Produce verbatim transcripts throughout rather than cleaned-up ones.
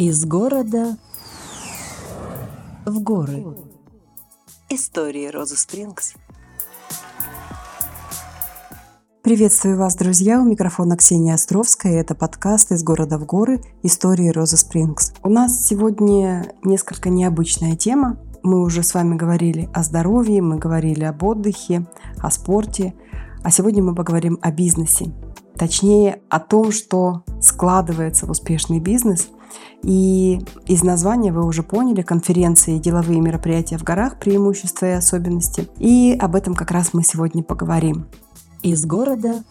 Из города в горы. Истории Розы Спрингс. Приветствую вас, друзья! У микрофона Ксения Островская. Это подкаст «Из города в горы. Истории Розы Спрингс». У нас сегодня несколько необычная тема. Мы уже с вами говорили о здоровье, мы говорили об отдыхе, о спорте. А сегодня мы поговорим о бизнесе. Точнее, о том, что складывается в успешный бизнес. И из названия вы уже поняли: конференции и деловые мероприятия в горах, преимущества и особенности. И об этом как раз мы сегодня поговорим. Из города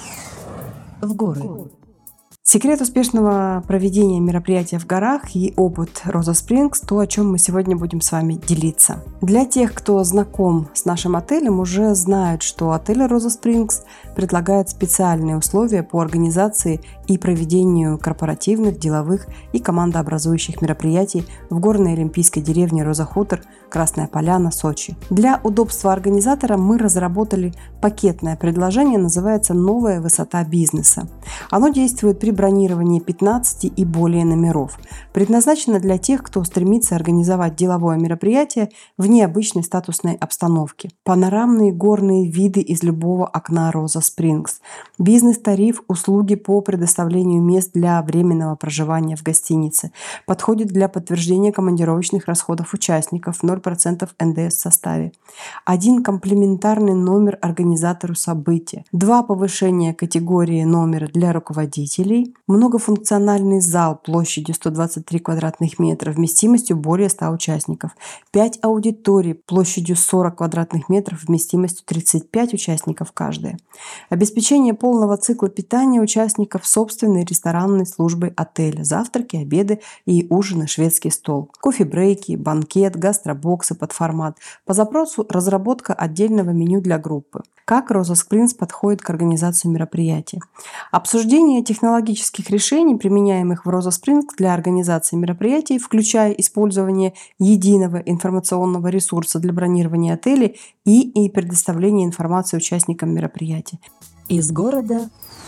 в горы. Секрет успешного проведения мероприятия в горах и опыт Роза Спрингс – то, о чем мы сегодня будем с вами делиться. Для тех, кто знаком с нашим отелем, уже знают, что отель Роза Спрингс предлагает специальные условия по организации и проведению корпоративных, деловых и командообразующих мероприятий в горной олимпийской деревне Роза Хутор, Красная Поляна, Сочи. Для удобства организатора мы разработали пакетное предложение, называется «Новая высота бизнеса». Оно действует при бронировании пятнадцати и более номеров. Предназначено для тех, кто стремится организовать деловое мероприятие в необычной статусной обстановке. Панорамные горные виды из любого окна Роза Спрингс. Бизнес-тариф, услуги по предоставлению мест для временного проживания в гостинице. Подходит для подтверждения командировочных расходов участников, ноль процентов эн дэ эс в составе. Один комплементарный номер организатору события. Два повышения категории номера для руководителей. Многофункциональный зал площадью сто двадцать три квадратных метра, вместимостью более ста участников. Пять аудиторий площадью сорок квадратных метров, вместимостью тридцать пять участников каждая. Обеспечение полного цикла питания участников собственной ресторанной службой отеля. Завтраки, обеды и ужины, шведский стол. Кофе-брейки, банкет, гастробоксы под формат. По запросу разработка отдельного меню для группы. Как Роза Спрингс подходит к организации мероприятий. Обсуждение технологических решений, применяемых в Роза Спрингс для организации мероприятий, включая использование единого информационного ресурса для бронирования отелей и, и предоставления информации участникам мероприятий. Из города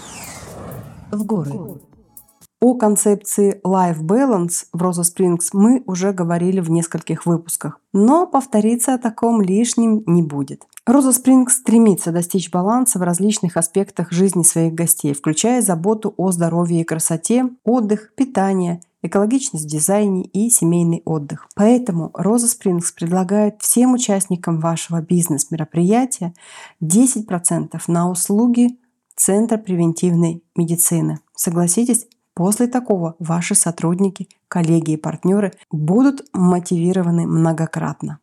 в горы. О концепции Life Balance в Роза Спрингс мы уже говорили в нескольких выпусках, но повториться о таком лишним не будет. Роза Спрингс стремится достичь баланса в различных аспектах жизни своих гостей, включая заботу о здоровье и красоте, отдых, питание, экологичность в дизайне и семейный отдых. Поэтому Роза Спрингс предлагает всем участникам вашего бизнес-мероприятия десять процентов на услуги Центра превентивной медицины. Согласитесь, после такого ваши сотрудники, коллеги и партнеры будут мотивированы многократно.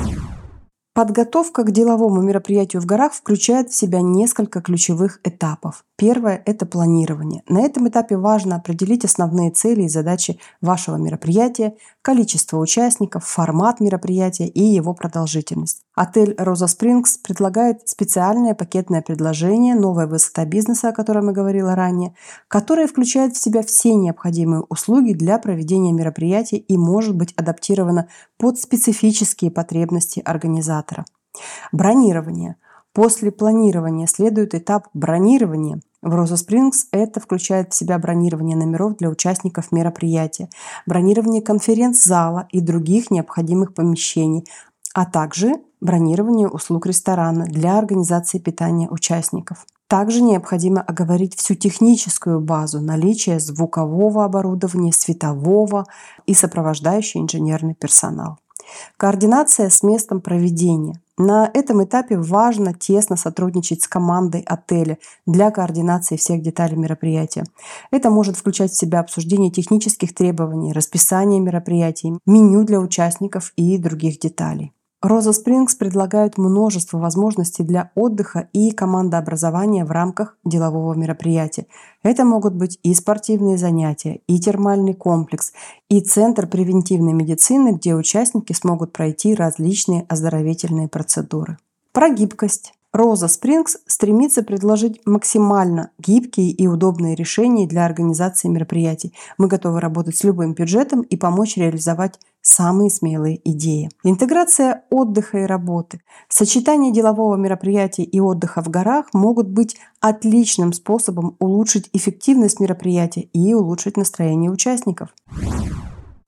Подготовка к деловому мероприятию в горах включает в себя несколько ключевых этапов. Первое – это планирование. На этом этапе важно определить основные цели и задачи вашего мероприятия, количество участников, формат мероприятия и его продолжительность. Отель Роза Спрингс предлагает специальное пакетное предложение «Новая высота бизнеса», о котором я говорила ранее, которое включает в себя все необходимые услуги для проведения мероприятия и может быть адаптировано под специфические потребности организатора. Бронирование. После планирования следует этап бронирования. В Роза Спрингс это включает в себя бронирование номеров для участников мероприятия, бронирование конференц-зала и других необходимых помещений, а также бронирование услуг ресторана для организации питания участников. Также необходимо оговорить всю техническую базу, наличие звукового оборудования, светового и сопровождающий инженерный персонал. Координация с местом проведения. На этом этапе важно тесно сотрудничать с командой отеля для координации всех деталей мероприятия. Это может включать в себя обсуждение технических требований, расписание мероприятий, меню для участников и других деталей. Роза Спрингс предлагает множество возможностей для отдыха и командообразования в рамках делового мероприятия. Это могут быть и спортивные занятия, и термальный комплекс, и центр превентивной медицины, где участники смогут пройти различные оздоровительные процедуры. Про гибкость. Роза Спрингс стремится предложить максимально гибкие и удобные решения для организации мероприятий. Мы готовы работать с любым бюджетом и помочь реализовать самые смелые идеи. Интеграция отдыха и работы. Сочетание делового мероприятия и отдыха в горах могут быть отличным способом улучшить эффективность мероприятия и улучшить настроение участников.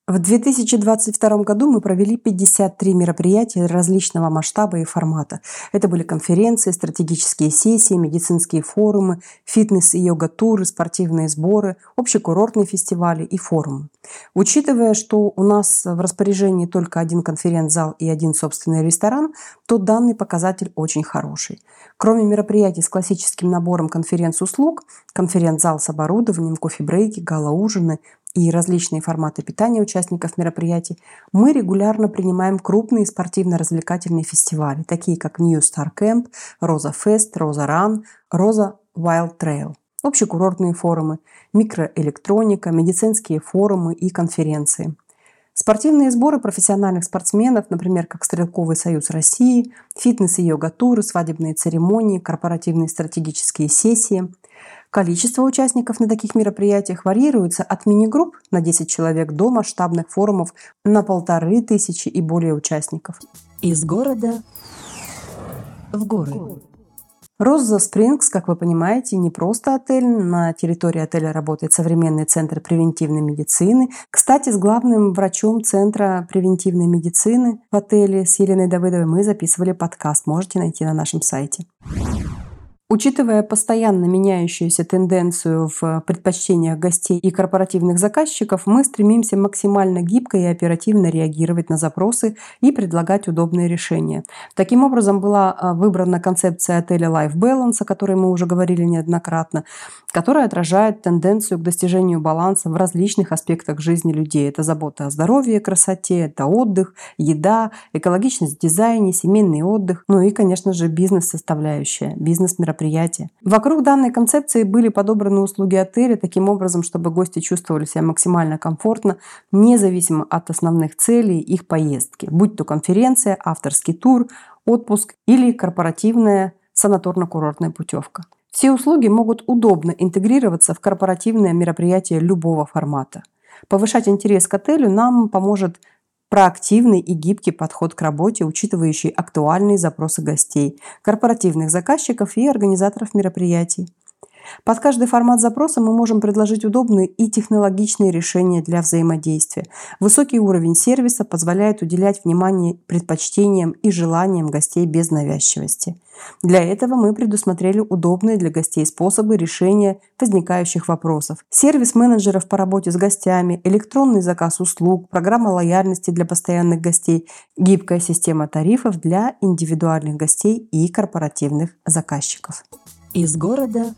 В две тысячи двадцать втором году мы провели пятьдесят три мероприятия различного масштаба и формата. Это были конференции, стратегические сессии, медицинские форумы, фитнес- и йога-туры, спортивные сборы, общекурортные фестивали и форумы. Учитывая, что у нас в распоряжении только один конференц-зал и один собственный ресторан, то данный показатель очень хороший. Кроме мероприятий с классическим набором конференц-услуг, конференц-зал с оборудованием, кофе-брейки, гала-ужины и различные форматы питания участников мероприятий, мы регулярно принимаем крупные спортивно-развлекательные фестивали, такие как New Star Camp, Rosa Fest, Rosa Run, Rosa Wild Trail, общекурортные форумы, микроэлектроника, медицинские форумы и конференции. Спортивные сборы профессиональных спортсменов, например, как Стрелковый союз России, фитнес- и йога-туры, свадебные церемонии, корпоративные стратегические сессии. Количество участников на таких мероприятиях варьируется от мини-групп на десять человек до масштабных форумов на полторы тысячи и более участников. Из города в горы. Rosa Springs, как вы понимаете, не просто отель. На территории отеля работает современный центр превентивной медицины. Кстати, с главным врачом Центра превентивной медицины в отеле с Еленой Давыдовой мы записывали подкаст. Можете найти на нашем сайте. Учитывая постоянно меняющуюся тенденцию в предпочтениях гостей и корпоративных заказчиков, мы стремимся максимально гибко и оперативно реагировать на запросы и предлагать удобные решения. Таким образом, была выбрана концепция отеля Life Balance, о которой мы уже говорили неоднократно, которая отражает тенденцию к достижению баланса в различных аспектах жизни людей. Это забота о здоровье и красоте, это отдых, еда, экологичность в дизайне, семейный отдых, ну и, конечно же, бизнес-составляющая, бизнес-мероприятия. Вокруг данной концепции были подобраны услуги отеля таким образом, чтобы гости чувствовали себя максимально комфортно, независимо от основных целей их поездки, будь то конференция, авторский тур, отпуск или корпоративная санаторно-курортная путевка. Все услуги могут удобно интегрироваться в корпоративное мероприятие любого формата. Повышать интерес к отелю нам поможет проактивный и гибкий подход к работе, учитывающий актуальные запросы гостей, корпоративных заказчиков и организаторов мероприятий. Под каждый формат запроса мы можем предложить удобные и технологичные решения для взаимодействия. Высокий уровень сервиса позволяет уделять внимание предпочтениям и желаниям гостей без навязчивости. Для этого мы предусмотрели удобные для гостей способы решения возникающих вопросов. Сервис менеджеров по работе с гостями, электронный заказ услуг, программа лояльности для постоянных гостей, гибкая система тарифов для индивидуальных гостей и корпоративных заказчиков. Из города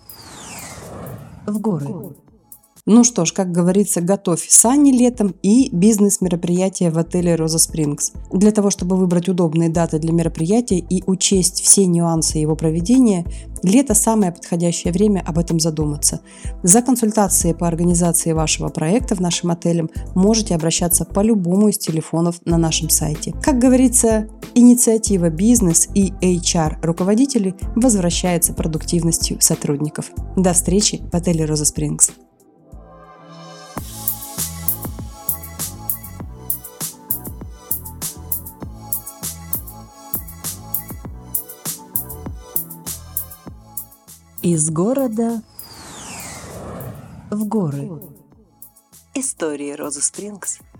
в горы. Ну что ж, как говорится, готовь сани летом и бизнес-мероприятия в отеле Rosa Springs. Для того, чтобы выбрать удобные даты для мероприятия и учесть все нюансы его проведения, лето – самое подходящее время об этом задуматься. За консультацией по организации вашего проекта в нашем отеле можете обращаться по любому из телефонов на нашем сайте. Как говорится, инициатива бизнес и эйч ар руководителей возвращается продуктивностью сотрудников. До встречи в отеле Rosa Springs. Из города в горы. Истории Розы Спрингс